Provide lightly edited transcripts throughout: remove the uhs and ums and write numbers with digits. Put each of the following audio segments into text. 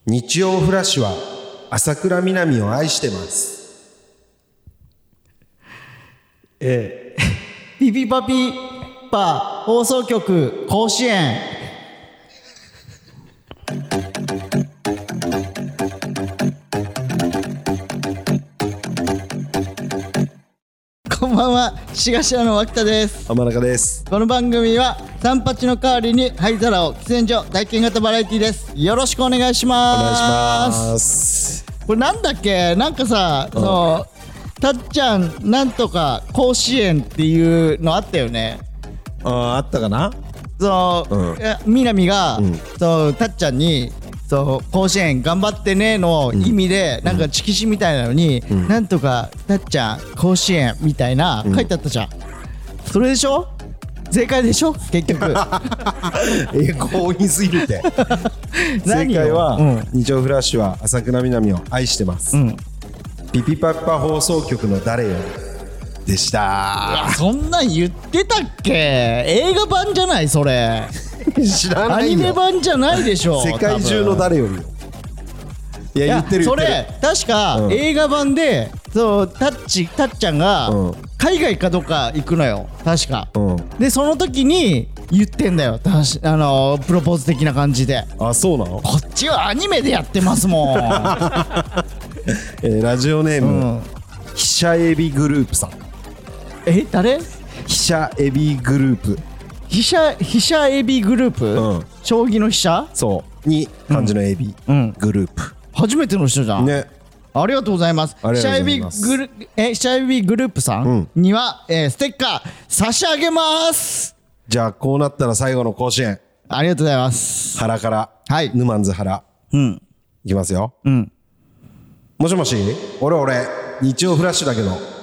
日曜フラッシュは朝倉みなみを愛してます。 ピピパピパ放送局甲子園。こんばんは、しがしらの脇田です。 浜中です。 この番組は三八の代わりに灰皿を喫煙所体験型バラエティです。よろしくお願いします。 お願いします。 これなんだっけ、なんかさ、たっちゃんなんとか甲子園っていうのあったよね。 あったかな。 みなみが、たっちゃんに甲子園頑張ってねの意味で、なんか色紙みたいなのに、なんとかたっちゃん甲子園みたいな書いてあったじゃん。それでしょ、正解でしょ結局。 強引すぎるって正解は、日曜フラッシュは朝倉みなみを愛してます、ピピパッパ放送局の誰よでした。 そんなん言ってたっけ。映画版じゃないそれ。 知らないよ。 アニメ版じゃないでしょ。 世界中の誰よりよ。いや、言ってる。 それ確か映画版で、たっちゃんが海外かどっか行くのよ確か、でその時に言ってんだよ、プロポーズ的な感じで。あ、そうなの。こっちはアニメでやってますもん。 ラジオネーム、ひしゃエビグループさん。 誰？ ひしゃエビグループ。 ひしゃエビグループ、将棋の飛車そうに漢字のエビ、グループ。初めての人じゃんね。ありがとうございます。ひしゃエビグループさんには、ステッカー差し上げます。 じゃあこうなったら最後の甲子園。 ありがとうございます。 原から、ヌマンズ原、いきますよ。もしもし、俺日曜フラッシュだけど、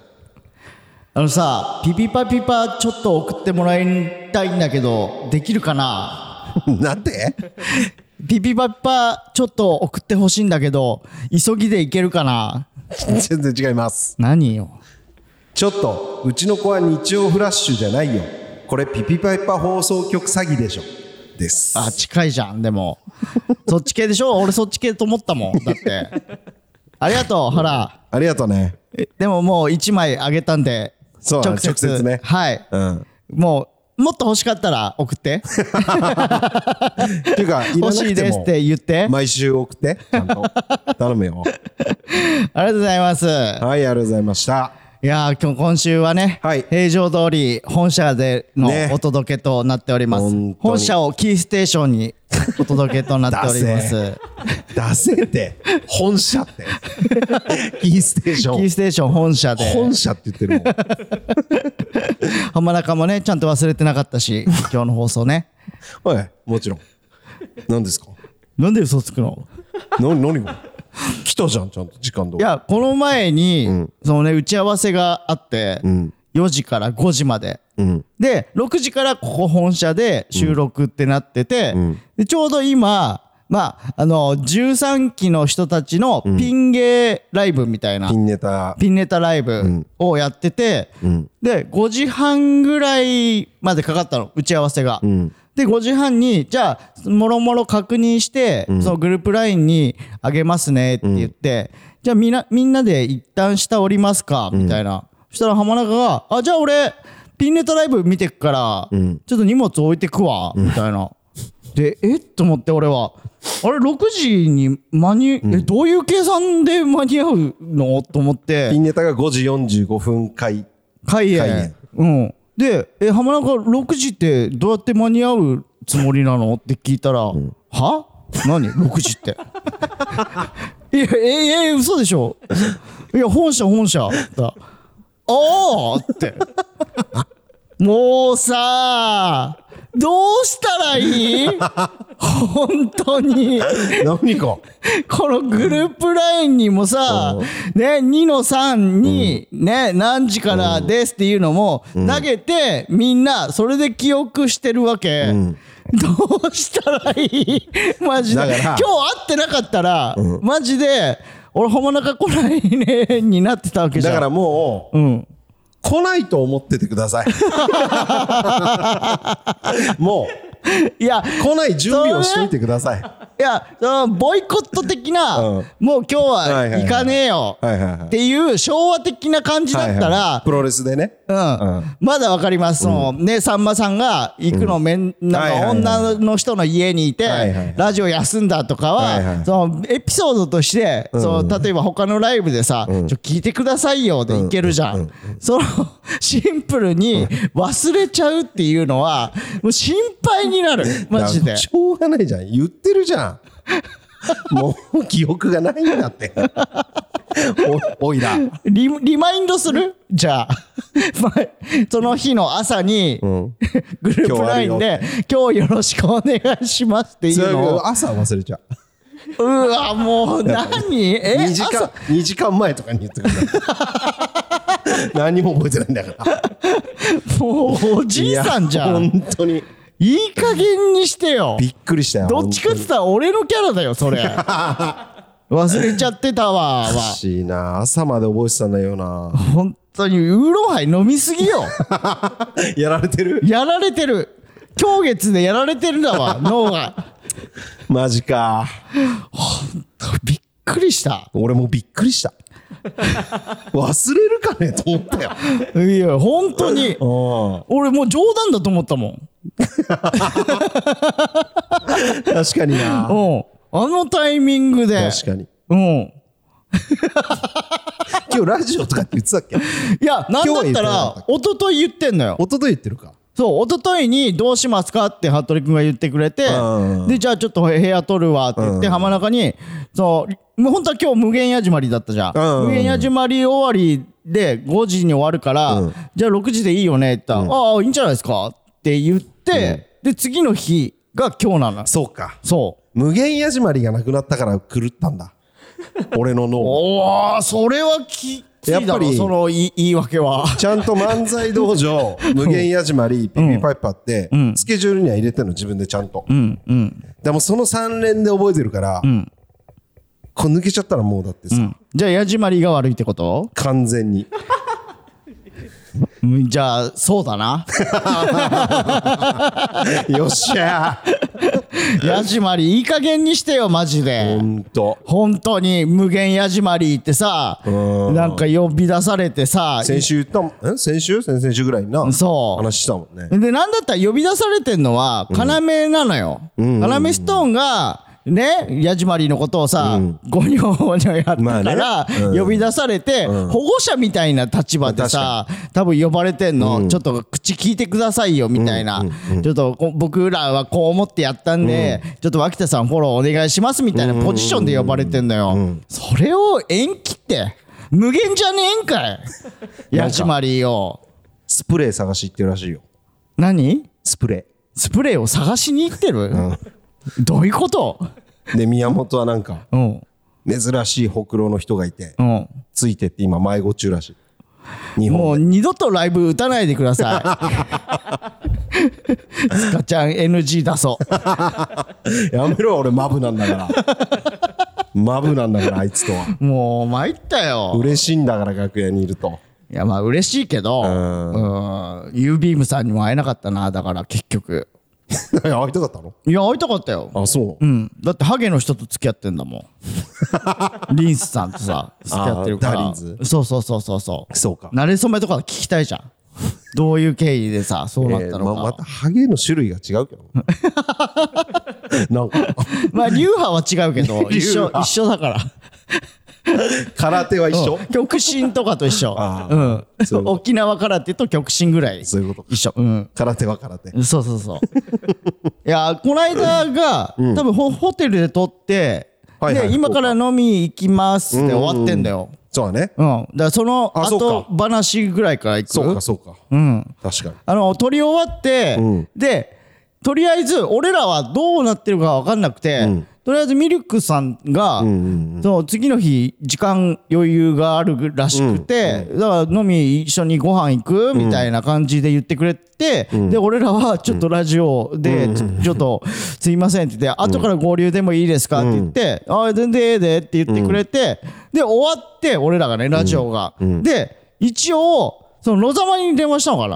さ、ピピパピパちょっと送ってもらいたいんだけど、できるかな。 なんで？ ピピパピパちょっと送ってほしいんだけど、急ぎでいけるかな。 全然違います。 何よ。 ちょっとうちの子は日曜フラッシュじゃないよ。これピピパピパ放送局詐欺でしょです。 あ、近いじゃん。でもそっち系でしょ。俺そっち系と思ったもんだって。ありがとう原。 ありがとうね。 でももう1枚あげたんで、 そう直接ね。 はい、もっと欲しかったら送って。 っていうか欲しいですって言って、 毎週送ってちゃんと頼むよ。 ありがとうございます。はい、 ありがとうございました。 いやー、今週はね、平常通り本社でのお届けとなっております。本社をキーステーションにお届けとなっております。 出せって本社ってキーステーション本社で本社って言ってるもん。 浜中もねちゃんと忘れてなかったし、今日の放送ね。 はい、もちろん。何ですか。 なんで嘘つくの。 何が来たじゃん、ちゃんと時間通り。 いや、この前に、打ち合わせがあって、4時から5時まで、で6時からここ本社で収録ってなってて、でちょうど今13期の人たちのピン芸ライブみたいな、ピンネタライブをやってて、で5時半ぐらいまでかかったの、打ち合わせが。で5時半にじゃあもろもろ確認して、そのグループ LINE にあげますねって言って、じゃあみんなで一旦下降りますかみたいな。そしたら浜中がじゃあ俺ピンネタライブ見てくから、ちょっと荷物置いてくわみたいな。でと思って、俺はあれ6時にどういう計算で間に合うのと思って、 ピンネタが5時45分開演。 で浜中6時ってどうやって間に合うつもりなのって聞いたら、は何6時っていや嘘でしょ。いや本社ってもうさ、どうしたらいい？本当に。 何かこのグループ LINE にもさ、2の3に何時からですっていうのも投げて、みんなそれで記憶してるわけ。どうしたらいい？マジで今日会ってなかったら、マジで俺浜中来ないねになってたわけじゃん。 だからもう、来ないと思っててください。もう来ない準備をしといてください。 いやそのボイコット的な、もう今日は行かねえよっていう昭和的な感じだったら、 プロレスでね、 まだわかります。そのね、さんまさんが行くのなんか女の人の家にいてラジオ休んだとかはそのエピソードとしてその例えば他のライブでさ聞いてくださいよでいけるじゃん。そのシンプルに忘れちゃうっていうのはもう心配になるマジで。 しょうがないじゃん、言ってるじゃん。もう記憶がないんだっておいらリマインドするじゃあその日の朝に、グループ LINE で今日よろしくお願いしますっていうのを朝忘れちゃうわもう何 2時間前とかに言ってくる何も覚えてないんだからもうおじいさんじゃん。 本当にいい加減にしてよ。 びっくりしたよ。 どっちかって言ったら俺のキャラだよそれ忘れちゃってたわ。 おかしいな、朝まで覚えてたんだよな。 本当にウーロンハイ飲みすぎよやられてる今月でやられてるんだわ脳がマジか。 本当びっくりした。 俺もびっくりした忘れるかねと思ったよ。 いや本当に俺もう冗談だと思ったもん確かにな。 あのタイミングで確かに。今日ラジオとかって言ってたっけ？ いやなんだったら一昨日言ってんのよ。 一昨日言ってるか。 そう一昨日にどうしますかって服部君が言ってくれて、でじゃあちょっと部屋取るわって言って浜中にそうもう本当は今日無限始まりだったじゃん。無限始まり終わりで5時に終わるから、じゃあ6時でいいよねって言ったら、ああいいんじゃないですかって言って、で次の日が今日なの。 そうか。 そう無限始まりがなくなったから狂ったんだ俺の脳。 おおそれはやっぱりその言い訳はちゃんと漫才道場無限始まりピピパイパってスケジュールには入れてるの自分でちゃんと。でもその3連で覚えてるから、これ抜けちゃったらもうだってさ、 じゃあ始まりが悪いってこと？ 完全にじゃあそうだなよっしゃやじまりいい加減にしてよマジで。本当に無限やじまりってさなんか呼び出されてさ先週言ったもん。先々週ぐらいになそう話したもんね。 でなんだったら呼び出されてんのは要なのよ。要ストーンがね、ヤジマリーのことをさ、ゴニョゴニョやったから呼び出されて、保護者みたいな立場でさ多分呼ばれてんの、ちょっと口聞いてくださいよみたいな、ちょっと僕らはこう思ってやったんで、ちょっと脇田さんフォローお願いしますみたいなポジションで呼ばれてんのよ。それを延期って無限じゃねえんかいヤジマリーを。 スプレー探し行ってるらしいよ。 何？ スプレーを探しに行ってる？どういうこと？ で宮本はなんか珍しいほくろの人がいてついてって今迷子中らしい。 もう二度とライブ打たないでくださいスカちゃん NG 出そうやめろ俺マブなんだからマブなんだからあいつとはもう参ったよ。 嬉しいんだから楽屋にいると。 いやまあ嬉しいけどユービームさんにも会えなかったな。だから結局会いたかったの？ いや会いたかったよ。 あそう。 だってハゲの人と付き合ってんだもんリンスさんとさ付き合ってるから。そうそうか。 馴れ初めとか聞きたいじゃんどういう経緯でさそうなったのか。 またハゲの種類が違うけどなんかまあ流派は違うけど一緒だから空手は一緒。 極真とかと一緒。沖縄空手と極真ぐらいそういうこと。 一緒。 空手は空手。 そういやこの間が多分ホテルで撮ってで今から飲み行きますって終わってんだよ。 そうだね。 だからその後話ぐらいから行く。 そうか。確かに。 撮り終わってでとりあえず俺らはどうなってるか分かんなくて、とりあえずミルクさんがそう次の日時間余裕があるらしくて、だから飲み一緒にご飯行くみたいな感じで言ってくれて、で俺らはちょっとラジオでちょっとすいませんって言って後から合流でもいいですかって言ってあ全然ええでって言ってくれて、で終わって俺らがねラジオがで一応その野沢に電話したのかな。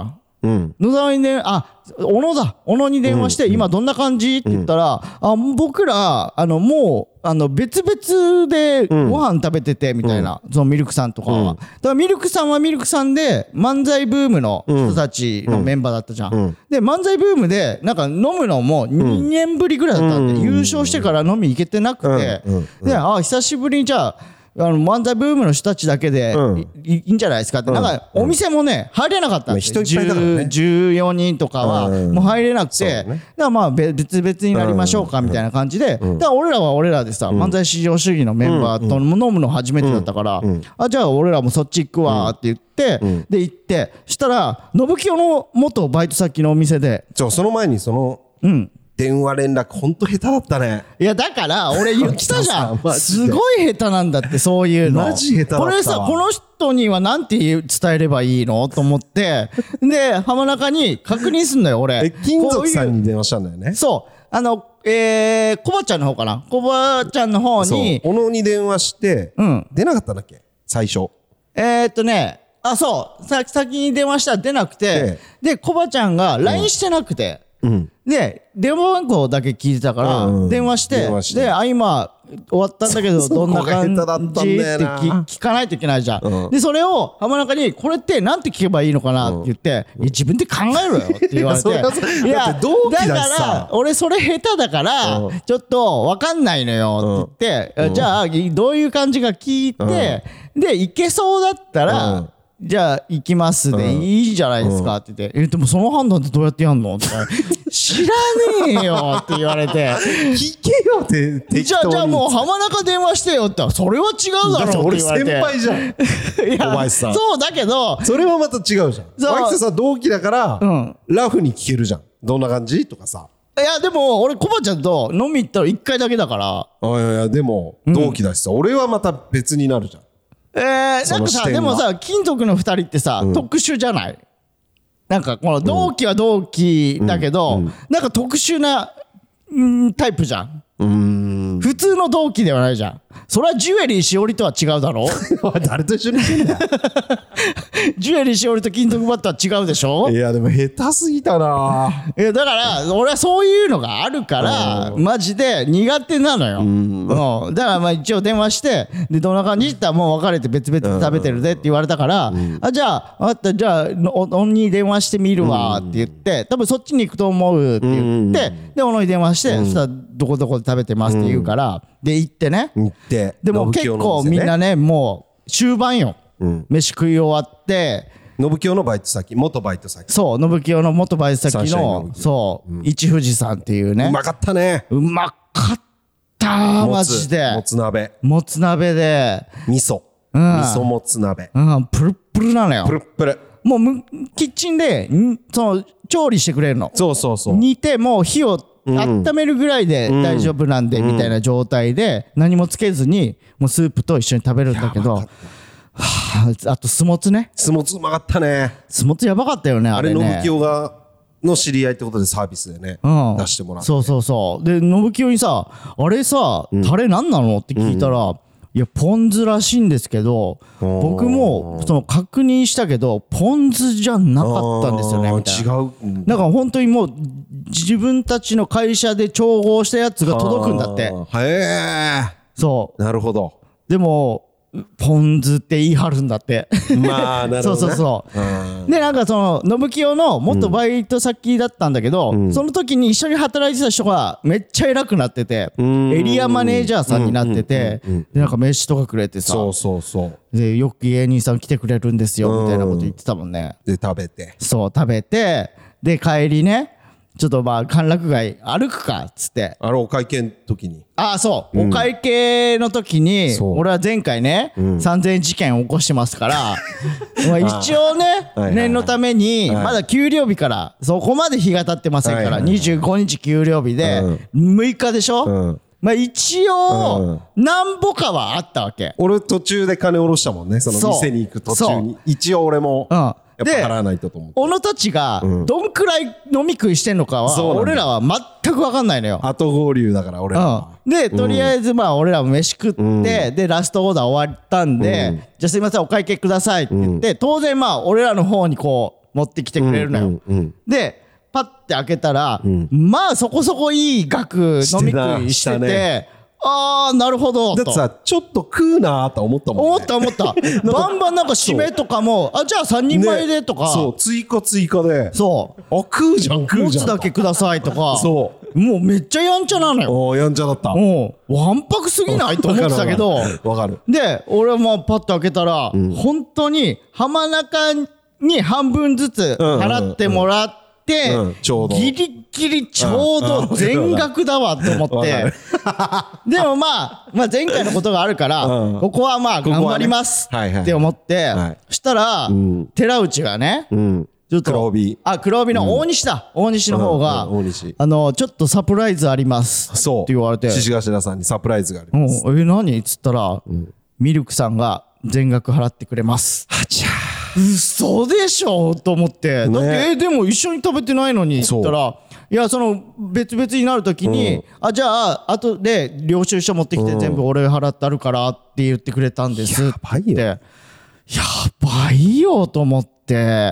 野沢に小野に電話して、今どんな感じって言ったら、僕らもう別々でご飯食べててみたいな、そのミルクさんとかは、だからミルクさんはミルクさんで漫才ブームの人たちのメンバーだったじゃん、で漫才ブームでなんか飲むのも2年ぶりぐらいだったんで、優勝してから飲み行けてなくて、で久しぶりにじゃあ漫才ブームの人たちだけでいいんじゃないですかって、なんかお店もね入れなかったんですよ、14人とかはもう入れなくて、だからまあ別々になりましょうかみたいな感じで、だから俺らは俺らでさ、漫才至上主義のメンバーと飲むの初めてだったから、じゃあ俺らもそっち行くわって言って、で行って、したら信清の元バイト先のお店で、 その前に電話連絡ほんと下手だったね。 いやだから俺言ったじゃんすごい下手なんだって、そういうのマジ下手だったわ。 これさ、この人にはなんて伝えればいいのと思って、で浜中に確認すんのよ俺。 金属さんに電話したんだよね。 そうコバちゃんの方かな、コバちゃんの方に小野に電話して、出なかったんだっけ最初。 そう先に電話したら出なくて、でコバちゃんが LINE してなくて、で電話番号だけ聞いてたから電話して、で今終わったんだけどどんな感じって聞かないといけないじゃん。でそれを浜中にこれってなんて聞けばいいのかなって言って、自分で考えろよって言われて、いやだから俺それ下手だからちょっと分かんないのよって言って、じゃあどういう感じか聞いて、でいけそうだったらじゃあ行きますでいいじゃないですかって言って、でもその判断ってどうやってやんのって知らねえよって言われて聞けよってじゃあもう浜中電話してよって言ったら、それは違うだろって言われて。 俺先輩じゃんいやお前さ、 そうだけどそれはまた違うじゃん。脇田さん同期だから、ラフに聞けるじゃん、どんな感じとかさ。 いやでも俺コバちゃんと飲み行ったら1回だけだから。 いやでも同期だしさ、俺はまた別になるじゃん。 なんかさ、でもさ金属の2人ってさ、特殊じゃない？なんかこの同期は同期だけど、なんか特殊なタイプじゃん。普通の同期ではないじゃん。それはジュエリーしおりとは違うだろ誰と一緒にしてんだよジュエリーしおりと金属バットは違うでしょ。 いやでも下手すぎたないやだから俺はそういうのがあるからマジで苦手なのよ。だからまあ一応電話して、でどんな感じって言ったら、もう別れて別々で食べてるでって言われたから、じゃあ分かった、じゃあ小野に電話してみるわって言って、多分そっちに行くと思うって言って、で小野に電話して、そしたらどこどこで食べてますって言うから、で行ってね、でも結構みんなねもう終盤よ、飯食い終わって、 信清のバイト先、元バイト先、 そう信清の元バイト先の一富士さんっていうね、 うまかったね、 うまかったマジで。もつ鍋で味噌もつ鍋、 プルップルなのよ。 プルップル、 もうキッチンで調理してくれるの。 そう煮てもう火を温めるぐらいで大丈夫なんでみたいな状態で、何もつけずにもうスープと一緒に食べるんだけど、あと酢もつね。 酢もつうまかったね。 酢もつやばかったよねあれね。 信清の知り合いってことでサービスでね、出してもらって。 そうで信清にさ、あれさタレ何なのって聞いたら、いやポン酢らしいんですけど、僕も確認したけどポン酢じゃなかったんですよねみたいな。違う。だから本当にもう自分たちの会社で調合したやつが届くんだって。 へえ。そう。なるほど。 でもポン酢って言い張るんだって。 まあなるほど、ね、 そうでなんか信清の元バイト先だったんだけど、その時に一緒に働いてた人がめっちゃ偉くなってて、エリアマネージャーさんになってて、でなんか飯とかくれてさ、でよく芸人さん来てくれるんですよみたいなこと言ってたもんね。 で食べてで帰りね、ちょっとまあ歓楽街歩くかっつって、 お会計の時に、 お会計の時に俺は前回ね、3000円事件を起こしてますからまあ一応ね念のために、まだ給料日からそこまで日が経ってませんから、25日給料日で6日でしょ。まあ一応なんぼかはあったわけ。 俺途中で金下ろしたもんね、その店に行く途中に。一応俺もやっぱ払わないとと思って、 小野たちがどんくらい飲み食いしてんのかは俺らは全く分かんないのよ。 後合流だから俺らは。 でとりあえずまあ俺らも飯食って、でラストオーダー終わったんで、じゃあすいませんお会計くださいって言って、当然まあ俺らの方にこう持ってきてくれるのよ。でパッて開けたら、まあそこそこいい額飲み食いしてて、あーなるほどと。 だってさちょっと食うなーと思ったもんね。 思ったバンバンなんか締めとかもじゃあ3人前でとか、 そう追加でそう食うじゃん持つだけくださいとか、 そうもうめっちゃやんちゃなのよ。 やんちゃだった。 もうわんぱくすぎないと思ってたけどわかる。 で俺はもうパッと開けたら、本当に浜中に半分ずつ払ってもらって、 ちょうどギリギリちょうど全額だわと思ってでもまあ前回のことがあるからここはまあ頑張りますって思ってそしたら寺内がねちょっと黒帯の大西だ、大西の方がちょっとサプライズありますって言われて、 獅子頭さんにサプライズがあります。 何っつったらミルクさんが全額払ってくれます。嘘でしょと思って、だってでも一緒に食べてないのにって言ったら、いやその別々になるときにじゃあ後で領収書持ってきて全部俺払ってあるからって言ってくれたんですってやばいよと思って。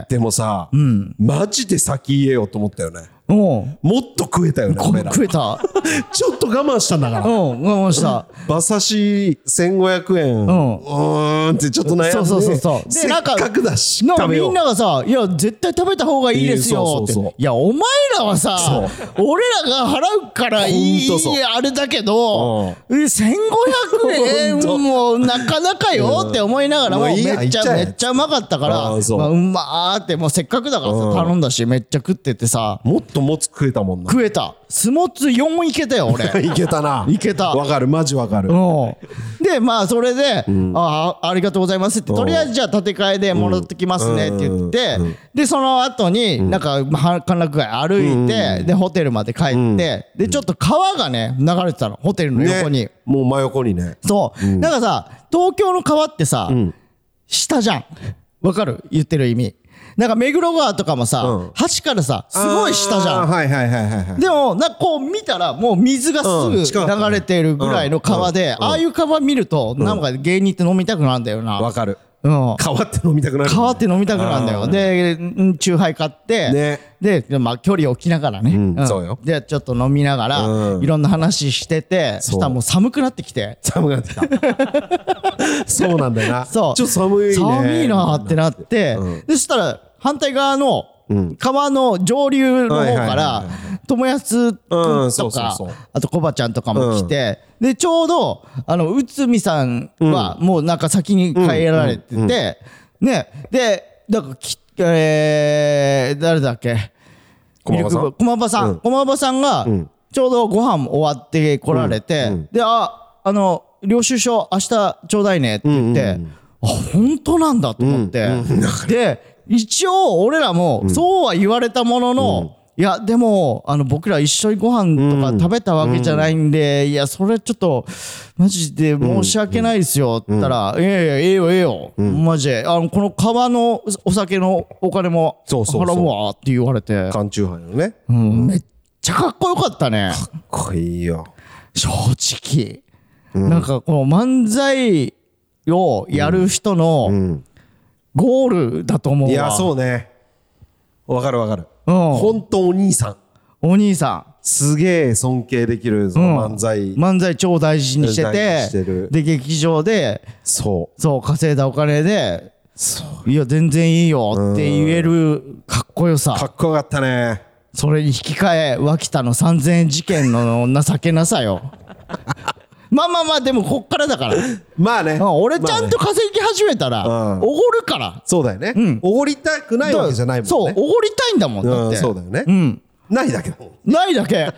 でもさマジで先言えよと思ったよね。もっと食えたよね俺ら。 食えたちょっと我慢したんだから。 我慢した。 馬刺し1500円ってちょっと悩んで、 そうせっかくだしなんかみんながさいや絶対食べた方がいいですよって。いやお前らはさ俺らが払うからいいあれだけど1500円もなかなかよって思いながらもめっちゃうまかったからうまーってもうせっかくだからさ頼んだしめっちゃ食っててさ、 もっともつ食えたもんな。 食えた。スモツ4いけたよ俺いけたな。 いけた。 わかるマジわかる。 でまあそれでありがとうございますってとりあえずじゃあ立て替えで戻ってきますねって言ってでその後になんか歓楽街歩いてでホテルまで帰ってでちょっと川がね流れてたのホテルの横に。 もう真横にね。 そうなんかさ東京の川ってさ下じゃん。わかる言ってる意味。なんか目黒川とかもさ橋からさすごい下じゃん。でもなんかこう見たらもう水がすぐ流れてるぐらいの川でああいう川見るとなんか芸人って飲みたくなるんだよな。 わかる。川って飲みたくなる。 川って飲みたくなるんだよ。でチューハイ買ってでまあ距離を置きながらねでちょっと飲みながらいろんな話しててそしたらもう寒くなってきて。 寒くなってきたそうなんだよな。 そうちょっと寒いなってなってそしたら反対側の川の上流の方から友安くんとかあとコバちゃんとかも来てでちょうど内海さんはもうなんか先に帰られててねでなんか誰だっけ駒場さんがちょうどご飯終わってこられてで領収書明日ちょうだいねって言って本当なんだと思ってで一応俺らもそうは言われたもののいやでも僕ら一緒にご飯とか食べたわけじゃないんでいやそれちょっとマジで申し訳ないですよって言ったらいやいやええよマジでこの川のお酒のお金も払うわって言われて缶チューハイのねめっちゃかっこよかったね。 かっこいいよ正直なんかこの漫才をやる人のゴールだと思うわ。 いやそうねわかるわかる。本当お兄さんすげえ尊敬できる漫才超大事にしててで劇場でそう稼いだお金でいや全然いいよって言えるかっこよさ。 かっこよかったね。 それに引き換え脇田の3000円事件の情けなさよまあでもこっからだからまあね俺ちゃんと稼ぎ始めたらおごるから。 そうだよねおごりたくないわけじゃないもんね。 そうおごりたいんだもんだってそうだよねないだけだもん。 ないだけ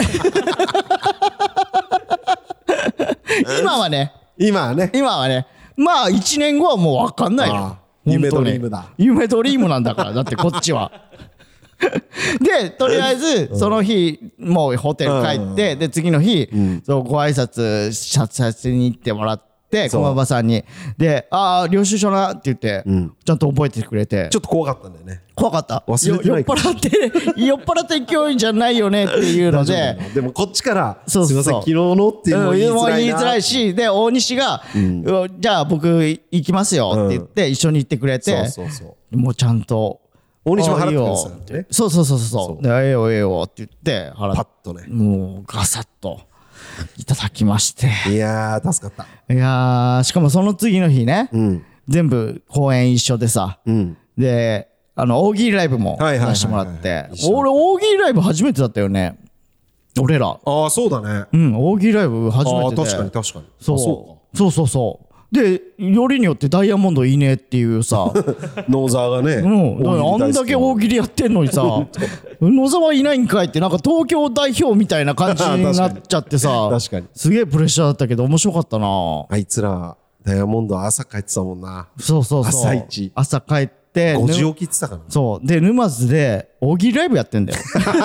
今はねまあ1年後はもう分かんないよ。 夢ドリームだ。 夢ドリームなんだからだってこっちはでとりあえずその日もうホテル帰ってで次の日ご挨拶させに行ってもらって駒場さんにで領収書なって言ってちゃんと覚えてくれてちょっと怖かったんだよね。 怖かった。 忘れてないか酔っ払って勢いじゃないよねっていうのででもこっちからすいません昨日のっていうのも言いづらいしで大西がじゃあ僕行きますよって言って一緒に行ってくれてもうちゃんと大西も払ってくださいね。 そうでええよええよって言ってパッとね、 もうガサッといただきまして、 いやー助かった。 いやーしかもその次の日ね、全部公演一緒でさ、で大喜利ライブも出してもらって、俺大喜利ライブ初めてだったよね、俺ら。 ああそうだね。 大喜利ライブ初めてで。 確かにそうでよりによってダイヤモンドいいねっていうさ野沢がね、 あんだけ大喜利やってんのにさ野沢いないんかいって、なんか東京代表みたいな感じになっちゃってさ確かにすげえプレッシャーだったけど面白かったな。 あいつらダイヤモンド朝帰ってたもんな。 そう朝一朝帰って 5時起きってたからね。 そうで沼津で大喜利ライブやってんだよ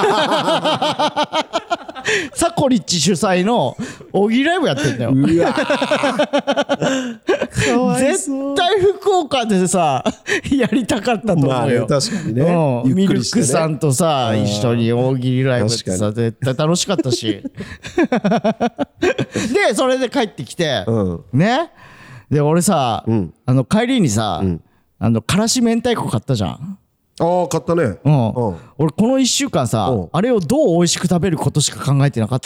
サコリッチ主催の大喜利ライブやってんだよ。 うわかわい絶そう。 対福岡でさやりたかったと思うよ。 確かにね、 ミルクさんとさ一緒に大喜利ライブってさ絶対楽しかったしでそれで帰ってきて、ねで俺さ、帰りにさ、からし明太子買ったじゃん。 ああ買ったね。 俺この1週間さ、あれをどう美味しく食べることしか考えてなかった。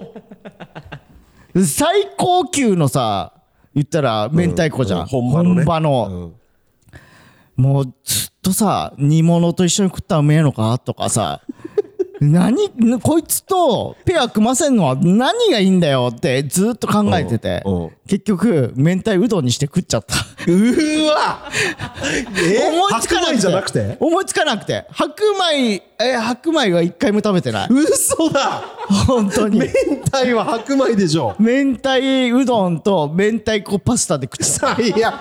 最高級のさ言ったら明太子じゃん、本場の、もうずっとさ煮物と一緒に食ったらうめえのかとかさこいつとペア組ませんのは何がいいんだよってずっと考えてて、結局明太うどんにして食っちゃった。 うわ思いつかなくて。白米じゃなくて思いつかなくて白米は一回も食べてない。 嘘だ本当に。 明太は白米でしょ。 明太うどんと明太子パスタで食っちゃった。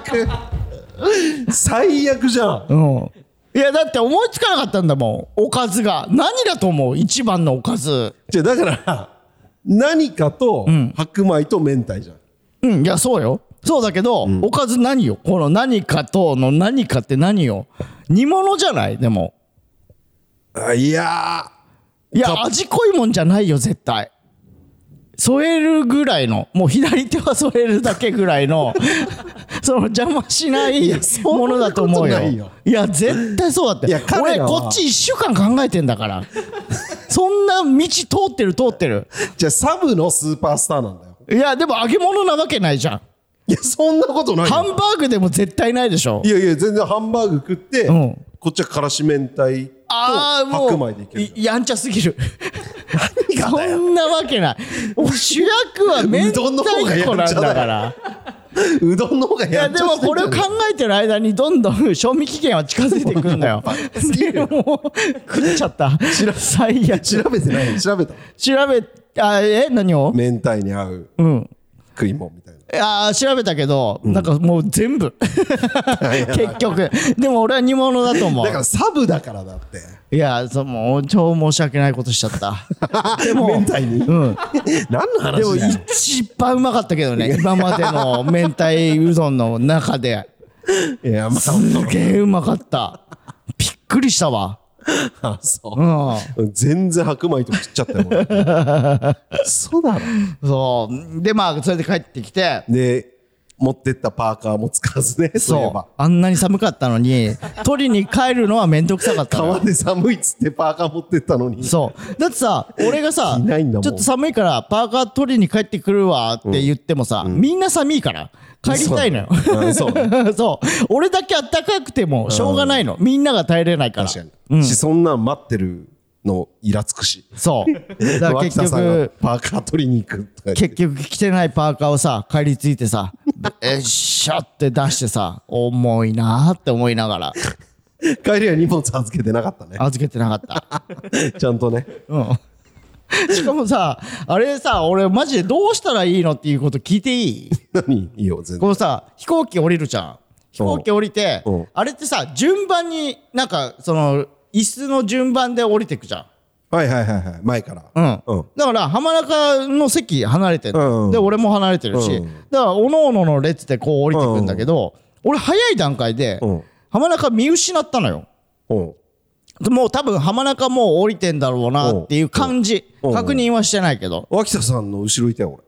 最悪じゃん。 いやだって思いつかなかったんだもん、おかずが。何だと思う一番のおかず。 じゃだから何かと白米と明太じゃん。 いやそうよ、そうだけど、おかず何よ、この何かとの何かって何よ。煮物じゃない。でもいや味濃いもんじゃないよ絶対。添えるぐらいの、もう左手は添えるだけぐらいのその邪魔しないものだと思うよ。いや絶対そうだって。俺こっち1週間考えてんだからそんな道通ってる。 じゃあサブのスーパースターなんだよ。 いやでも揚げ物なわけないじゃん。 いやそんなことないよ。 ハンバーグでも絶対ないでしょ。 いや全然ハンバーグ食って、こっちはからし明太と白米でいける。 やんちゃすぎるそんなわけない。主役は明太子なんだからうどんの方がやんちゃしてんじゃん。いやでもこれを考えてる間にどんどん賞味期限は近づいてくんだよでも食っちゃった。最悪。 調べてないの？調べた？ 何を？ 明太に合う食い物みたいな。 調べたけど、なんかもう全部結局。でも俺は煮物だと思う。 だからサブだからだって。 いやもう超申し訳ないことしちゃったでも明太に、何の話だよ。 でも一番うまかったけどね今までの明太うどんの中で。 いやすげえうまかった。びっくりしたわ。 そう、全然白米と食っちゃったよそうだろ。 そうでそれで帰ってきて、 で持ってったパーカーも使わずね。 そうあんなに寒かったのに取りに帰るのはめんどくさかったの。 川で寒いっつってパーカー持ってったのに。 そうだってさ俺がさちょっと寒いからパーカー取りに帰ってくるわって言ってもさ、みんな寒いから帰りたいのよ。そう俺だけあったかくてもしょうがないの、みんなが耐えれないから。 確かに、そんなん待ってるのイラつくし。 そうだから結局パーカー取りに行くとか結局着てないパーカーをさ帰り着いてさシャって出してさ、重いなって思いながら帰りは荷物預けてなかったね。 預けてなかったちゃんとね。 しかもさあれさ俺マジでどうしたらいいのっていうこと聞いていい？ 何？いいよ全然。 このさ飛行機降りるじゃん。飛行機降りてあれってさ順番になんかその椅子の順番で降りてくじゃん。 はい前から。 だから浜中の席離れてる、で俺も離れてるし、だからおのおのの列でこう降りてくんだけど、俺早い段階で浜中見失ったのよ。もう多分浜中もう降りてんだろうなっていう感じ、確認はしてないけど。 脇田さんの後ろいたよ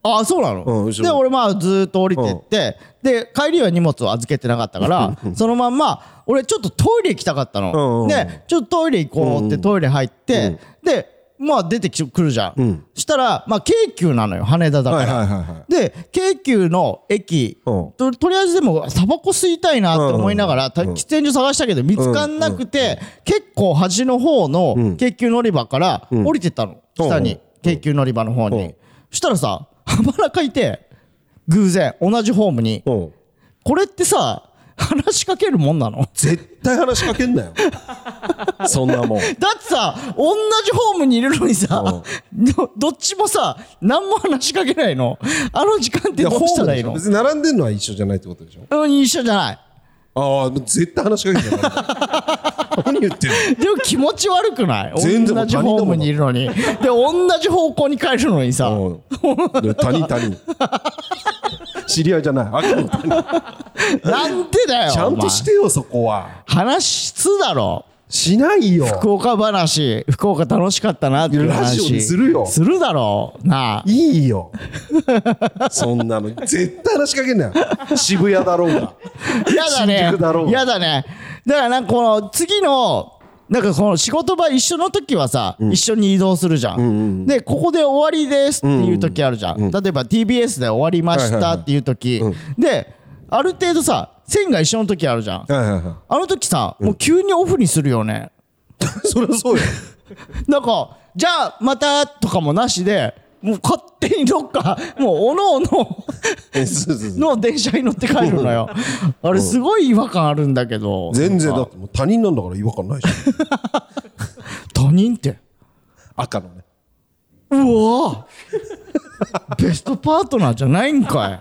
あ、そうなの、で俺まあずーっと降りてって、で帰りは荷物を預けてなかったからそのまんま俺ちょっとトイレ行きたかったの、でちょっとトイレ行こうってトイレ入って、でまあ出てくるじゃん、したらまあ京急なのよ、羽田だから、で京急の駅、とりあえずでもタバコ吸いたいなって思いながら喫煙所探したけど見つかんなくて、結構端の方の京急乗り場から降りてったの、下に京急乗り場の方に。そしたらさ、浜中いて偶然同じホームに、これってさ話しかけるもんなの？ 絶対話しかけんなよそんなもん。だってさ、同じホームにいるのにさ、どっちもさ何も話しかけないの。あの時間ってどうしたらいいの？ 別に並んでんのは一緒じゃないってことでしょ？ 一緒じゃない。 ああ、絶対話しかけてない何言ってんの？ でも気持ち悪くない？ 全然同じホームにいるのにで同じ方向に帰るのにさ他人知り合いじゃない、赤の他人なんでだよ。 ちゃんとしてよ、そこは。 話すだろ。 しないよ。 福岡話、福岡楽しかったなっていう話ラジオでするよ。 するだろうなあ。 いいよそんなの絶対話しかけんなよ渋谷だろうがやだね、 新宿だろうが。 やだね。だからなんかこの次のなんかこの仕事場一緒の時はさ、一緒に移動するじゃん、でここで終わりですっていう時あるじゃん、例えば TBS で終わりましたっていう時、である程度さ線が一緒の時あるじゃん、あの時さ、もう急にオフにするよねそりゃそうよなんかじゃあまたとかもなしでもう勝手にどっかもうおのおのの電車に乗って帰るのよあれすごい違和感あるんだけど。 全然だってもう他人なんだから違和感ないじゃん他人って赤のね。 うわベストパートナーじゃないんかい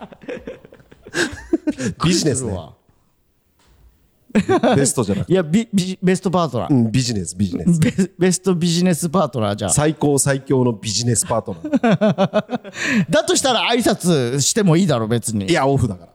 ビジネスねベストじゃなくて、 いやベストパートナー、 ビジネスベストビジネスパートナーじゃん。 最高最強のビジネスパートナーだとしたら挨拶してもいいだろ別に。 いやオフだから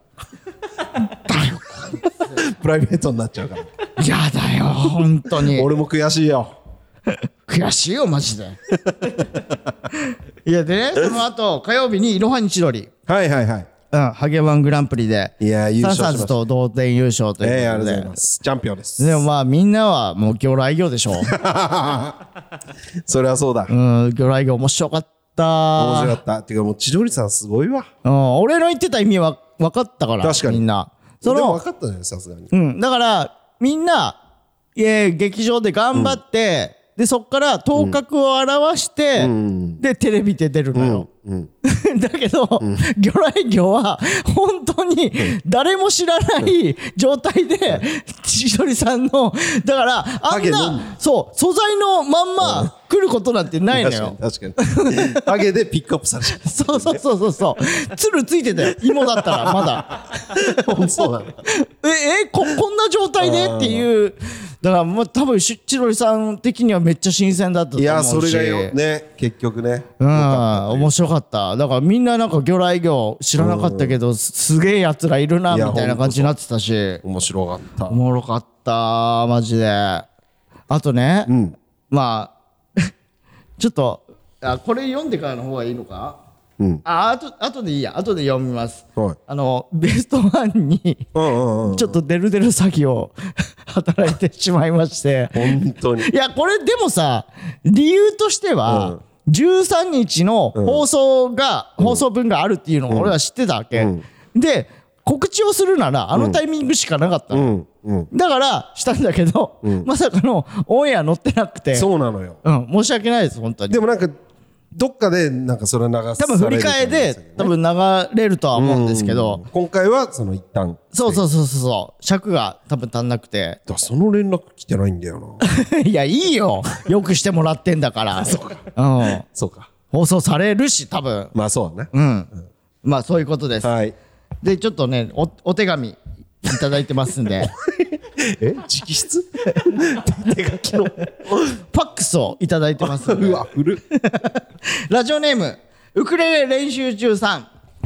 プライベートになっちゃうから。 やだよ本当に俺も悔しいよ悔しいよマジでいやでね、その後火曜日にいろはに千鳥、 はいはいはい、 ハゲワングランプリでいや優勝しました。 サンサーズと同点優勝ということで、 ありがとうございます。チャンピオンです。 でもまあみんなはもう魚雷魚でしょそれはそうだ。 魚雷魚面白かった。 面白かった。てかもう千鳥さんすごいわ。 俺の言ってた意味は分かったから。確かにみんなその分かったね、さすがに。 だからみんな劇場で頑張って、でそっから頭角を現して、でテレビで出るのよ、だけど、魚雷魚は本当に誰も知らない状態で千鳥さんのだからあんなそう素材のまんま来ることなんてないのよ。 確かにハゲでピックアップされちゃう。 そうつるついてたよ芋だったらまだそうだねこんな状態でっていう。だからもう多分千鳥さん的にはめっちゃ新鮮だったと思うし。 いやそれがよね結局ね。 面白かった。だからみんななんか魚雷魚知らなかったけどすげえやつらいるなみたいな感じになってたし。 面白かった。 おもろかったマジで。あとね、まあちょっとこれ読んでからの方がいいのか。あとでいいや、後で読みます、ベストワンにちょっとデルデル詐欺を働いてしまいまして本当に。 いやこれでもさ理由としては、13日の放送分があるっていうのを俺は知ってたわけ、で告知をするならあのタイミングしかなかったの、だからしたんだけど、まさかのオンエア載ってなくて。 そうなのよ、 申し訳ないです本当に。 でもなんかどっかでなんかそれ流される多分振り替えで多分流れるとは思うんですけど、 今回はその一旦そう尺が多分足んなくて。 その連絡来てないんだよないやいいよよくしてもらってんだからそうか放送されるし多分。 まあそうだね。 まあそういうことです。でちょっとねお手紙いただいてますんで直筆手書きのファックスをいただいてますんで。 うわ古っラジオネームウクレレ練習中さん。 ほら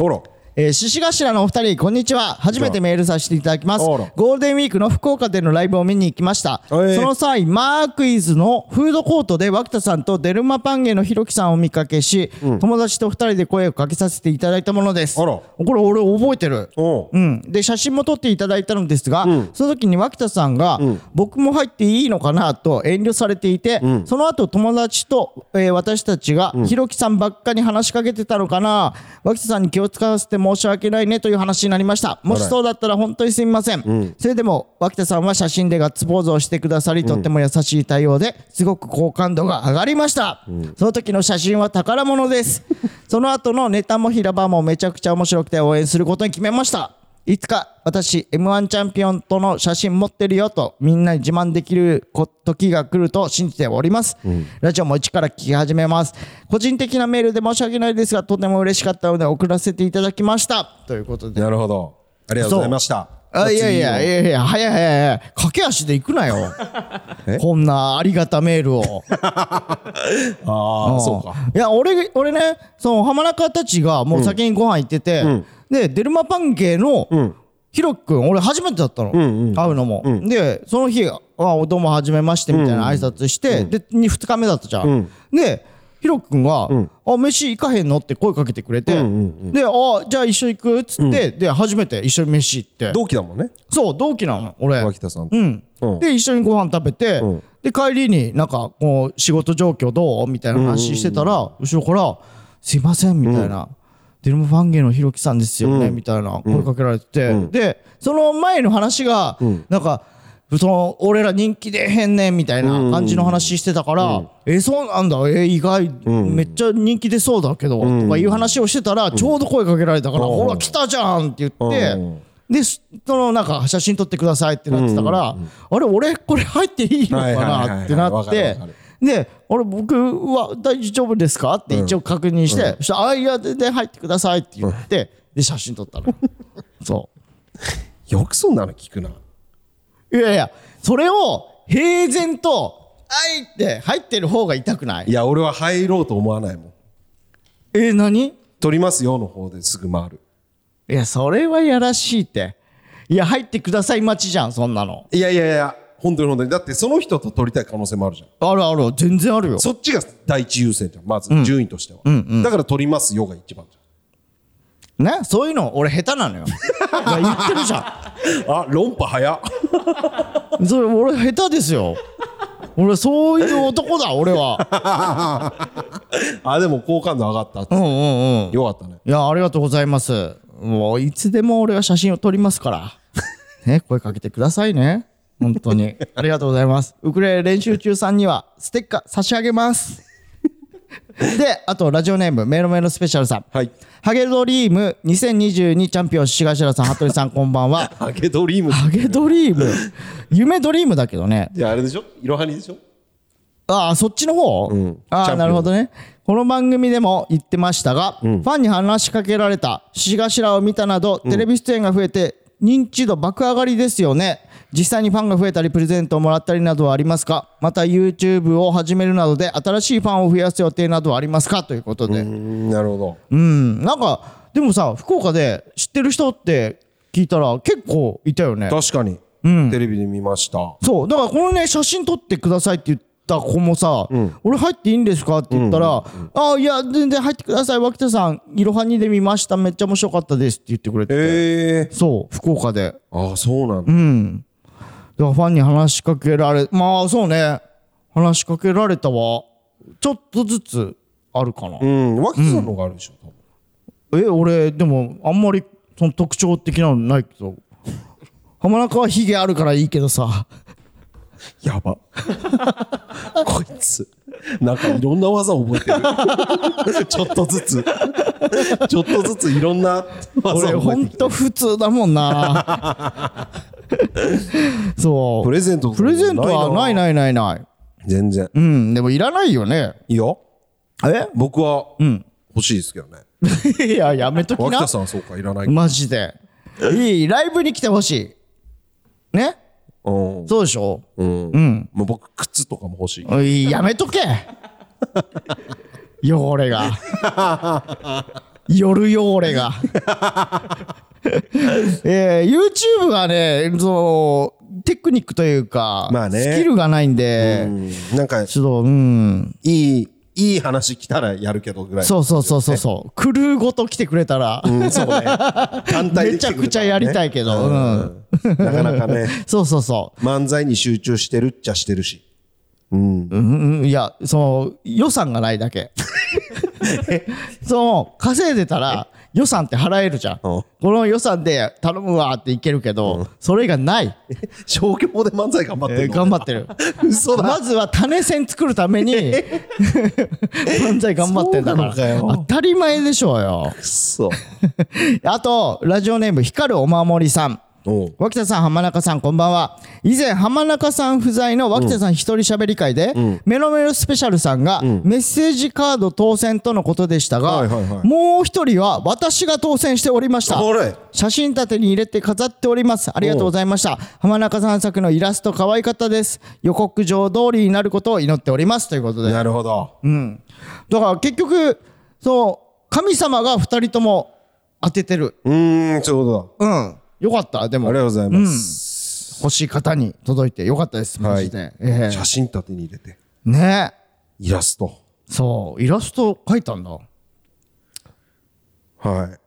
獅子頭のお二人こんにちは。初めてメールさせていただきます。ゴールデンウィークの福岡でのライブを見に行きました。その際マークイズのフードコートで脇田さんとデルマパンゲのひろきさんを見かけし、友達と二人で声をかけさせていただいたものです。これ俺覚えてる。で写真も撮っていただいたのですが、その時に脇田さんが、僕も入っていいのかなと遠慮されていて、その後友達と、私たちがひろきさんばっかに話しかけてたのかな、脇田さんに気を使わせて申し訳ないねという話になりました。もしそうだったら本当にすみません。それでも脇田さんは写真でガッツポーズをしてくださり、とっても優しい対応ですごく好感度が上がりました。その時の写真は宝物ですその後のネタも平場もめちゃくちゃ面白くて応援することに決めました。いつか私 M1 チャンピオンとの写真持ってるよとみんなに自慢できる時が来ると信じております。ラジオも一から聞き始めます。個人的なメールで申し訳ないですがとても嬉しかったので送らせていただきましたということで。 なるほど、ありがとうございました。 いや早い駆け足で行くなよこんなありがたメールをそうか。 いや俺ね、その浜中たちがもう先にご飯行ってて、でデルマパンゲのひろきくん俺初めてだったの、会うのも、でその日どうもはじめましてみたいな挨拶して、で2日目だったじゃん、でひろきくんが飯行かへんのって声かけてくれて、でじゃあ一緒行くっつって、で初めて一緒に飯行って。 同期だもんね。 そう同期なの俺。 脇田さんで一緒にご飯食べて、で帰りになんかこう仕事状況どうみたいな話してたら、後ろからすいませんみたいな、デルマパンゲのひろきさんですよねみたいな声かけられてて、でその前の話がなんかその俺ら人気出へんねんみたいな感じの話してたから、そうなんだ、意外、めっちゃ人気出そうだけど、とかいう話をしてたらちょうど声かけられたから、ほら来たじゃんって言って、でそのなんか写真撮ってくださいってなってたから、あれ俺これ入っていいのかなってなって、で僕は大丈夫ですかって一応確認して、そしたらいや全然入ってくださいって言って、で写真撮ったのよくそんなの聞くな。 いやそれを平然とって入ってる方が痛くない？ いや俺は入ろうと思わないもん。 何？ 撮りますよの方ですぐ回る。 いやそれはやらしいって。いや入ってください待ちじゃんそんなの。 いや本当にだってその人と撮りたい可能性もあるじゃん。 ある全然あるよ。 そっちが第一優先じゃん、まず順位としては、だから撮りますよが一番じゃんね。そういうの俺下手なのよ言ってるじゃん論破早っそれ俺下手ですよ。俺そういう男だ俺はでも好感度上がったって、よかったね。 いやありがとうございます。もういつでも俺は写真を撮りますからね、声かけてくださいね本当にありがとうございます。ウクレレ練習中さんにはステッカー差し上げますであとラジオネームメロメロスペシャルさん、ハゲドリーム2022チャンピオン獅子頭さん、服部さんこんばんは。 ハゲドリーム夢ドリームだけどね。 いやあれでしょ、いろはにでしょ。 そっちの方、なるほどね。この番組でも言ってましたが、ファンに話しかけられた、獅子頭を見たなどテレビ出演が増えて認知度爆上がりですよね。実際にファンが増えたりプレゼントをもらったりなどはありますか？また YouTube を始めるなどで新しいファンを増やす予定などはありますか？ということで。 なるほど。 なんかでもさ福岡で知ってる人って聞いたら結構いたよね。 確かに、テレビで見ました。 そうだからこのね写真撮ってくださいって言った子もさ、俺入っていいんですかって言ったら、いや全然入ってください、脇田さんいろはにで見ました、めっちゃ面白かったですって言ってくれてて、そう福岡で。 そうなんだ。 だからファンに話しかけられ、そうね、話しかけられたはちょっとずつあるかな。 脇田さんの方があるでしょ、多分。 俺でもあんまりその特徴的なのないけど浜中はヒゲあるからいいけどさやばこいつなんかいろんな技覚えてるちょっとずついろんな技覚えてきてる。 俺ほんと普通だもんなそうプレゼントはない全然。 でもいらないよね。 いいよ。僕は欲しいですけどねいややめときな。 脇田さんはそうかいらない。 マジでいいライブに来てほしいね。そうでしょ。 もう僕靴とかも欲しい。 やめとけ汚れが夜よ俺がYouTube がねテクニックというか、 まあね、 スキルがないんで、 なんかちょっといい話来たらやるけどぐらい、ね、 そうクルーごと来てくれたら、 そうね単体で来てくれたら、ね、 めちゃくちゃやりたいけど、 なかなかねそう漫才に集中してるっちゃしてるし、 いや予算がないだけ稼いでたら予算って払えるじゃん。この予算で頼むわっていけるけど、それがない消去法で漫才頑張ってるの、 頑張ってる嘘だ。 まずは種銭作るために漫才頑張ってんだから当たり前でしょうよ。 くそあとラジオネーム光るお守りさん、脇田さん浜中さんこんばんは。以前浜中さん不在の脇田さん一人喋り会で、メロメロスペシャルさんがメッセージカード当選とのことでしたが、もう一人は私が当選しておりました。写真立てに入れて飾っております。ありがとうございました。浜中さん作のイラスト可愛かったです。予告状通りになることを祈っておりますということで。 なるほど。 だから結局神様が2人とも当ててる。 そういうことだ。 よかった。でもありがとうございます、 欲しい方に届いてよかったです。マジで、 写真立てに入れてね、 イラスト、 そうイラスト描いたんだ。 うわ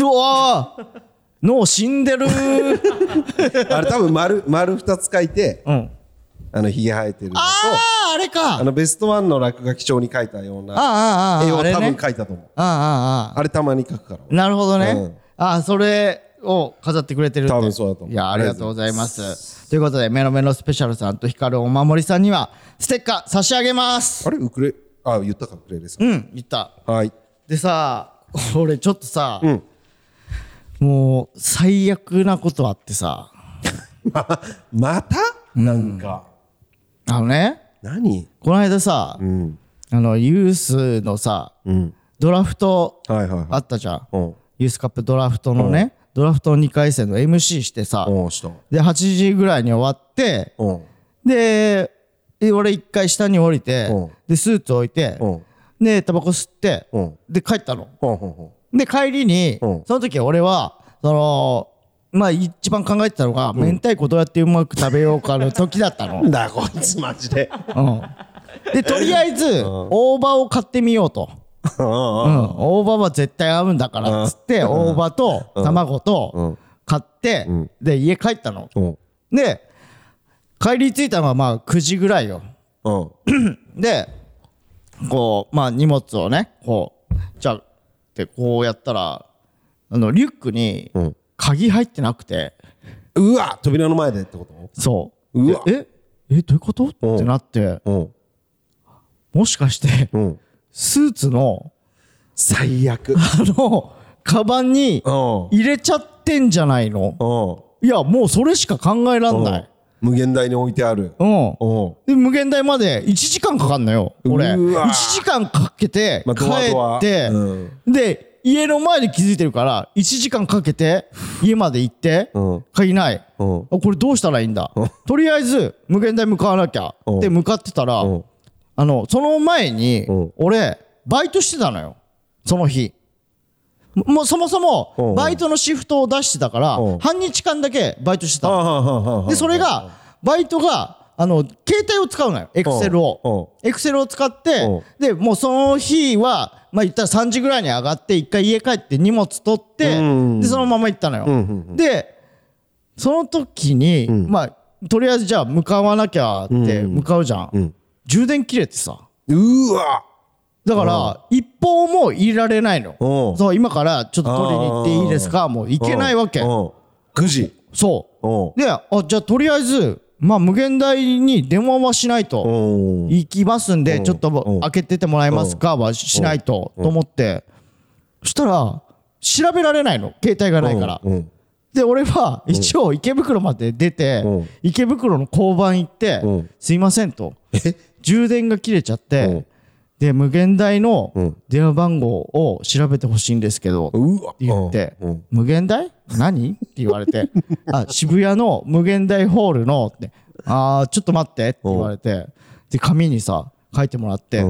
脳死んでるあれ多分丸2つ書いて、ひげ生えてるのと、 あれかベストワンの落書き帳に書いたような絵を多分描いたと思う。あれたまに描くから。 なるほどね、それを飾ってくれてるって。 多分そうだと思う。 いやありがとうございます。ということでメロメロスペシャルさんと光るお守りさんにはステッカー差し上げます。 あれ言ったかウクレレさん。 言った。 はい。でさ俺ちょっとさ、もう最悪なことあってさまたなんかね、 何この間さ、ユースのさ、ドラフトあったじゃん、ユースカップドラフトのね、ドラフト2回戦の MC してさ、で8時ぐらいに終わって、で俺1回下に降りて、でスーツ置いて、でタバコ吸って、で帰ったの。で帰りに、その時俺は一番考えてたのが、明太子どうやってうまく食べようかの時だったの。 なんだこいつマジで。 でとりあえず大葉を買ってみようと。大葉は絶対合うんだからっつって大葉と卵と買ってで家帰ったの。で帰り着いたのは9時ぐらいよ。で荷物をねじゃあってこうやったらリュックに鍵入ってなくて、 うわ扉の前でってこと？ そううわどういうことってなって、もしかしてスーツの最悪カバンに入れちゃってんじゃないの？いやもうそれしか考えらんない。 無限大に置いてある。 で無限大まで1時間かかんのよ俺。1時間かけて帰ってで家の前で気づいてるから1時間かけて家まで行って鍵ない。これどうしたらいいんだ。とりあえず無限大向かわなきゃって向かってたらその前に俺バイトしてたのよその日。もうそもそもバイトのシフトを出してたから半日間だけバイトしてたの。でそれがバイトが携帯を使うのよエクセルを使ってでもうその日は言ったら3時ぐらいに上がって一回家帰って荷物取ってでそのまま行ったのよ。でその時にとりあえずじゃあ向かわなきゃって向かうじゃん。充電切れてさ、 うわだから一報も入れられないの。そう今からちょっと取りに行っていいですかもう行けないわけ。 9時そうでじゃあとりあえず無限大に電話はしないと行きますんでちょっと開けててもらえますかはしないとと思ってそしたら調べられないの携帯がないから。で俺は一応池袋まで出て池袋の交番行ってすいませんと充電が切れちゃってで無限大の電話番号を調べてほしいんですけどって言って無限大何って言われて渋谷の無限大ホールのってちょっと待ってって言われてで紙にさ書いてもらって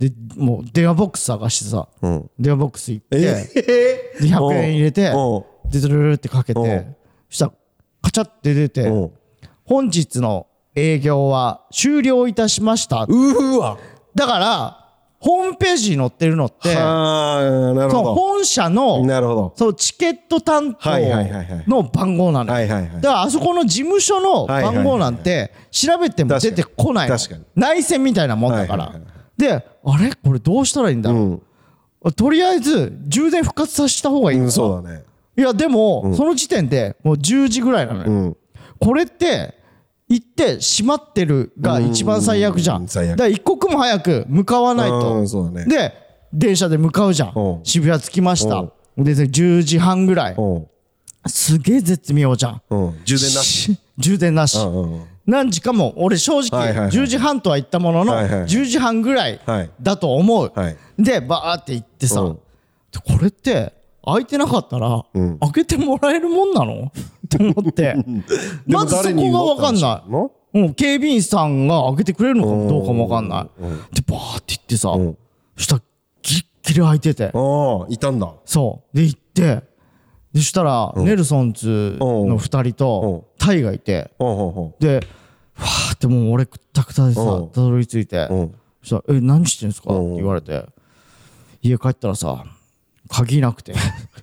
でもう電話ボックス探してさ、電話ボックス行ってで100円入れてでズルルルってかけて、そしたらカチャって出て本日の営業は終了いたしました。 うわだからホームページに載ってるのって本社のそうチケット担当の番号なのよ。だからあそこの事務所の番号なんて調べても出てこないの。内線みたいなもんだから。であれこれどうしたらいいんだろう、とりあえず充電復活させた方がいいのか、 そうだね。 いやでもその時点でもう10時ぐらいなのよ、これって行って閉まってるが一番最悪じゃん。だから一刻も早く向かわないと。で電車で向かうじゃん。渋谷着きました。で10時半ぐらい。すげえ絶妙じゃん。 充電なし。 充電なし。何時かも俺正直10時半とは言ったものの10時半ぐらいだと思う。でバーって行ってさ、これって開いてなかったら開けてもらえるもんなのって思ってまずそこが分かんない。もう警備員さんが開けてくれるのかどうかも分かんない。でバーって行ってさ、そしたらギリッギリ開いてて、 いたんだ。そうで行ってでしたらネルソンズの2人とタイがいて、でわーってもう俺くったくたでさたどり着いて、そしたら何してんすかって言われて、家帰ったらさ鍵なくて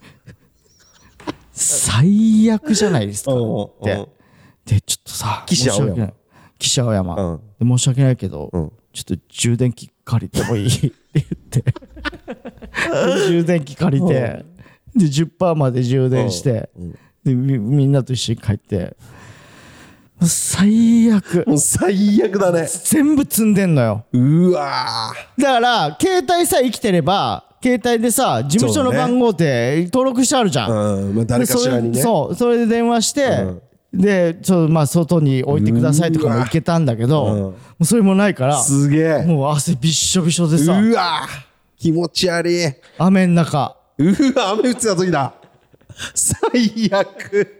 最悪じゃないですかってでちょっとさ岸青山で申し訳ないけどちょっと充電器借りてもいいって言って充電器借りてで 10% まで充電してでみんなと一緒に帰って最悪。 もう最悪だね。 全部積んでんのよ。 うわだから携帯さえ生きてれば携帯でさ事務所の番号って登録してあるじゃん。 誰かしらにね。 それで電話して、でまあ外に置いてくださいとかもいけたんだけど、もうそれもないからすげえもう汗びっしょびしょでさ、 うわ気持ち悪い。 雨の中、 うわ雨降ってた時だ。最悪。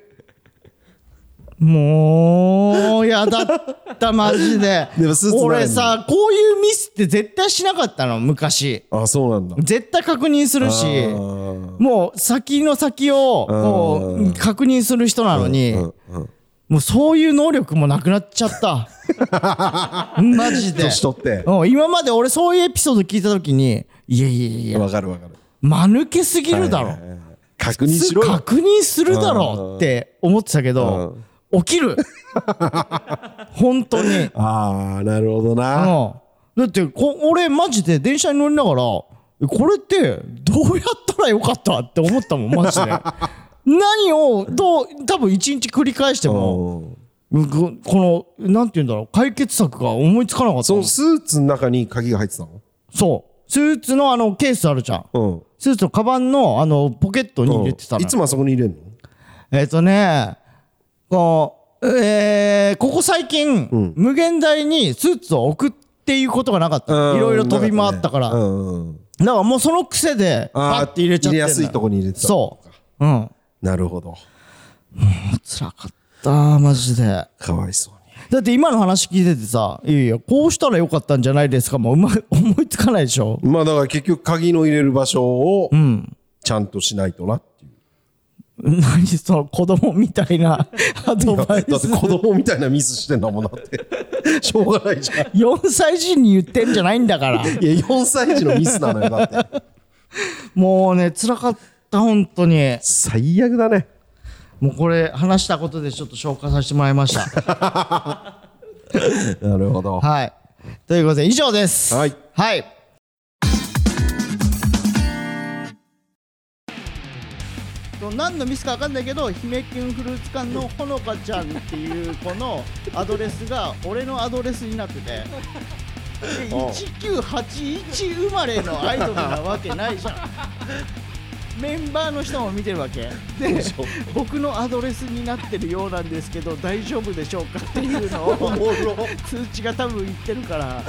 もうやだったマジで。俺さこういうミスって絶対しなかったの昔。 あ、そうなんだ。 絶対確認するし、もう先の先をこう確認する人なのに、もうそういう能力もなくなっちゃったマジで。 年取って今まで俺そういうエピソード聞いた時にいやわかるわかる、 間抜けすぎるだろ、 確認しろよ、 確認するだろって思ってたけど、起きる本当に。 ああなるほどな。 だって俺マジで電車に乗りながらこれってどうやったらよかったって思ったもんマジで何を多分一日繰り返してもこのなんて言うんだろう解決策が思いつかなかった。 そのスーツの中に鍵が入ってたの？ そうスーツのケースあるじゃん、スーツのカバンのポケットに入れてたの。 いつもあそこに入れるの？ここ最近、無限大にスーツを置くっていうことがなかった。いろいろ飛び回ったから、だからもうその癖でパッて入れちゃってんだ。 入れやすいとこに入れてた。 そう、 なるほど。 もう辛かったマジで。 かわいそうに。 だって今の話聞いててさ、いやこうしたらよかったんじゃないですかもう思いつかないでしょ。 まあだから結局鍵の入れる場所をちゃんとしないとなっていう。 何その子供みたいなアドバイス。 だって子供みたいなミスしてんだもんだってしょうがないじゃん。 4歳児に言ってんじゃないんだから。いや 4歳児のミスなのよだってもうね辛かった本当に。 最悪だね。 もうこれ話したことでちょっと消化させてもらいましたなるほど。 はいということで以上です。 はい何のミスか分かんないけど姫キュンフルーツ館のほのかちゃんっていう子のアドレスが俺のアドレスになってて1981生まれのアイドルなわけないじゃんメンバーの人も見てるわけで僕のアドレスになってるようなんですけど大丈夫でしょうかっていうのを通知が多分言ってるから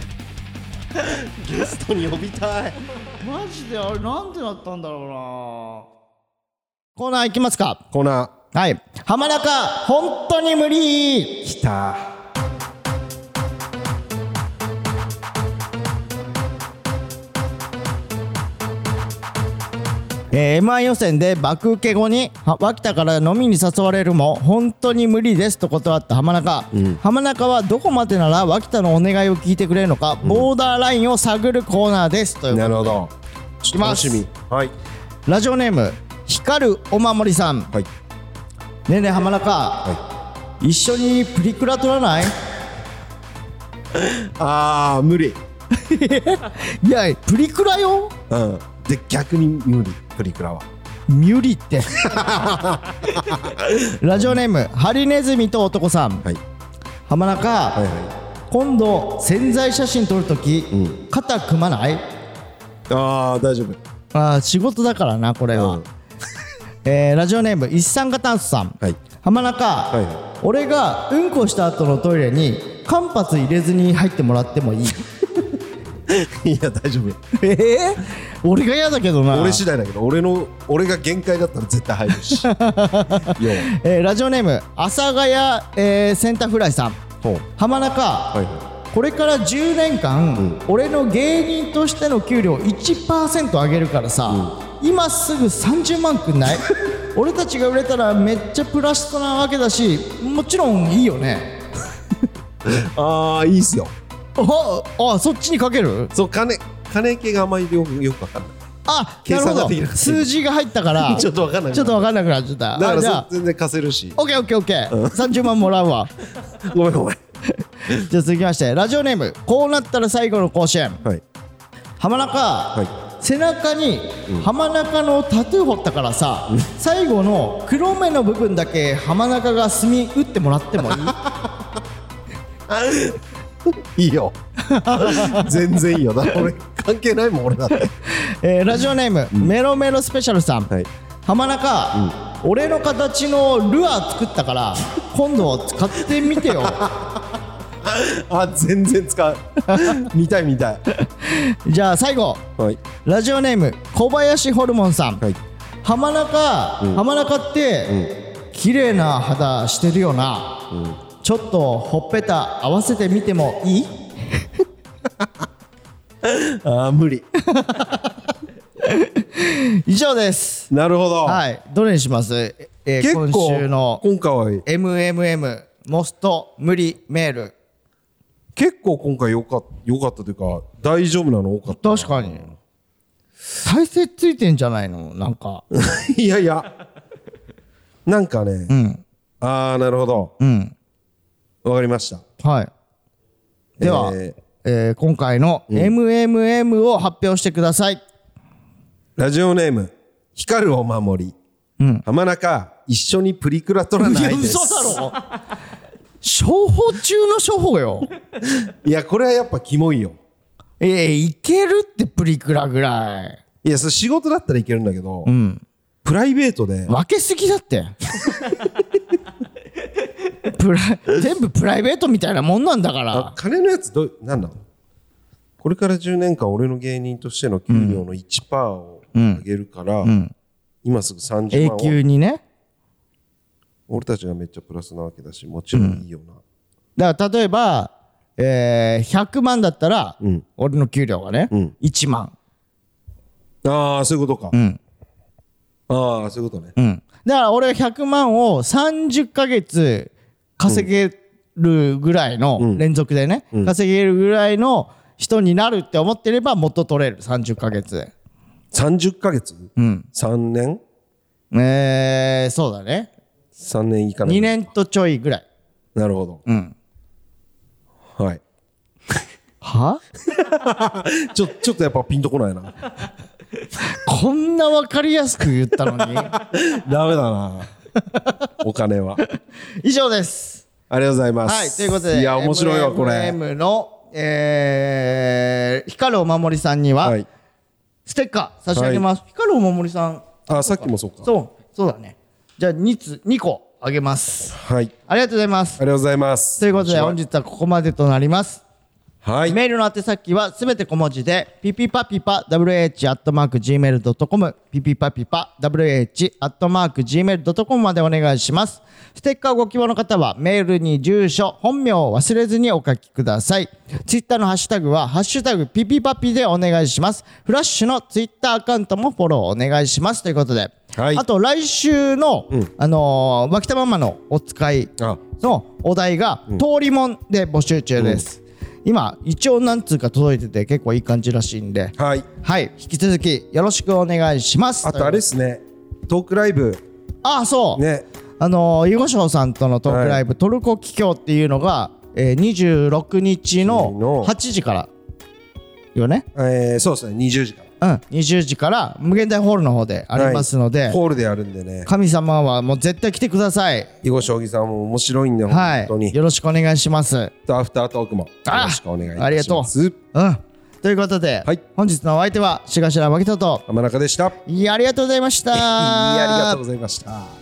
ゲストに呼びたいマジで。あれなんてなったんだろうな。コーナー行きますか。 コーナーはい浜中本当に無理。 きた M1 予選で爆受け後に脇田から飲みに誘われるも本当に無理ですと断った浜中、浜中はどこまでなら脇田のお願いを聞いてくれるのか、ボーダーラインを探るコーナーですということで。 なるほど。 いきます。 楽しみ。はい。 ラジオネーム光るお守りさん。 はい。 ねえねえ浜中、 はい、 一緒にプリクラ撮らない？ 無理。 いやプリクラよ。 で逆に無理、プリクラは無理ってラジオネームハリネズミと男さん、はい、浜中、はいはい、今度宣材写真撮るとき、肩組まない？ 大丈夫。 仕事だからなこれは、ラジオネーム一酸化炭素さん、はい、浜中、はいはい、俺がうんこした後のトイレに間髪入れずに入ってもらってもいい？ いや大丈夫。 俺が嫌だけどな。 俺次第だけど、俺が限界だったら絶対入るしラジオネーム阿佐ヶ谷、センターフライさん、浜中、はいはい、これから10年間、俺の芸人としての給料 1% 上げるからさ、今すぐ30万くんない？俺たちが売れたらめっちゃプラスなわけだし、もちろんいいよね。 いいっすよ。 そっちにかける？ そう、金系があんまりよく分かんない。 なるほど。数字が入ったからちょっと分かんなくなっちゃった。 だからじゃあ全然貸せるし。 オッケー、30万もらうわ。 ごめんじゃあ続きまして、ラジオネームこうなったら最後の甲子園、はい、浜中、はい、背中に浜中のタトゥー彫ったからさ、最後の黒目の部分だけ浜中が墨打ってもらってもいい？ いいよ。全然いいよ。だから俺関係ないもん俺だって。 ラジオネーム、メロメロスペシャルさん、はい、浜中、俺の形のルアー作ったから今度使ってみてよ。 全然使う。見たい。 じゃあ最後、はい、ラジオネーム小林ホルモンさん、はい、浜中って、綺麗な肌してるよな、ちょっとほっぺた合わせてみてもいい？ 無理。 以上です。 なるほど。 はい、どれにします？今週の今回は MMM モスト無理メール。 結構今回良かったというか大丈夫なの多かった。 確かに再生ついてんじゃないのなんか。 いやなんかね、なるほど、わかりました。はい。 では、今回の MMM を発表してください。 ラジオネーム光るお守り、浜中一緒にプリクラ撮らないです。 嘘だろ。処方中の処方よ。 いやこれはやっぱキモいよ。 いけるってプリクラぐらい。 いやそれ仕事だったらいけるんだけど、プライベートで分けすぎだって。全部プライベートみたいなもんなんだから。 金のやつなんなの？これから10年間俺の芸人としての給料の 1% を上げるから、今すぐ30万を永久にね。 俺たちがめっちゃプラスなわけだし、もちろんいいよな。 だから例えば、100万だったら、俺の給料がね、1万。 そういうことか。そういうことね。 だから俺は100万を30ヶ月稼げるぐらいの、連続でね、稼げるぐらいの人になるって思ってればもっと取れる。30ヶ月で。 30ヶ月？3年？ そうだね。 3年いかない。 2年とちょいぐらい。 なるほど。はい。 は？ ちょっとやっぱピンとこないな。 こんな分かりやすく言ったのに。ダメだな。お金は。 以上です。 ありがとうございます。 はい、ということで、 いや面白いわこれ。 MM の、光るお守りさんには、ステッカー差し上げます。光るお守りさん。 さっきもそうか。 そうだね。じゃあ2個あげます。 はい。 ありがとうございます。 ありがとうございます。 ということで本日はここまでとなります。 はい。 メールの宛先はすべて小文字でピピパピパ wh@gmail.com ピピパピパ wh@gmail.com までお願いします。ステッカーご希望の方はメールに住所本名を忘れずにお書きください。ツイッターのハッシュタグはハッシュタグピピパピでお願いします。フラッシュのツイッターアカウントもフォローお願いしますということで、 はい、 あと来週の、脇田ママのお使いのお題が、通りもんで募集中です。今一応何通か届いてて結構いい感じらしいんで、はい、はい、引き続きよろしくお願いします。 あとあれですね、トークライブ、 そうね、囲碁将さんとのトークライブ、トルコキキョウっていうのが、26日の8時からよね。 そうですね、20時から、 20時から無限大ホールの方でありますので、 ホールでやるんでね、 神様はもう絶対来てください。 囲碁将棋さんも面白いんで、本当によろしくお願いします。 アフタートークもよろしくお願いいたします。 ありがとう。ということで、本日のお相手は志頭牧人と浜中でした。 ありがとうございました。 ありがとうございました。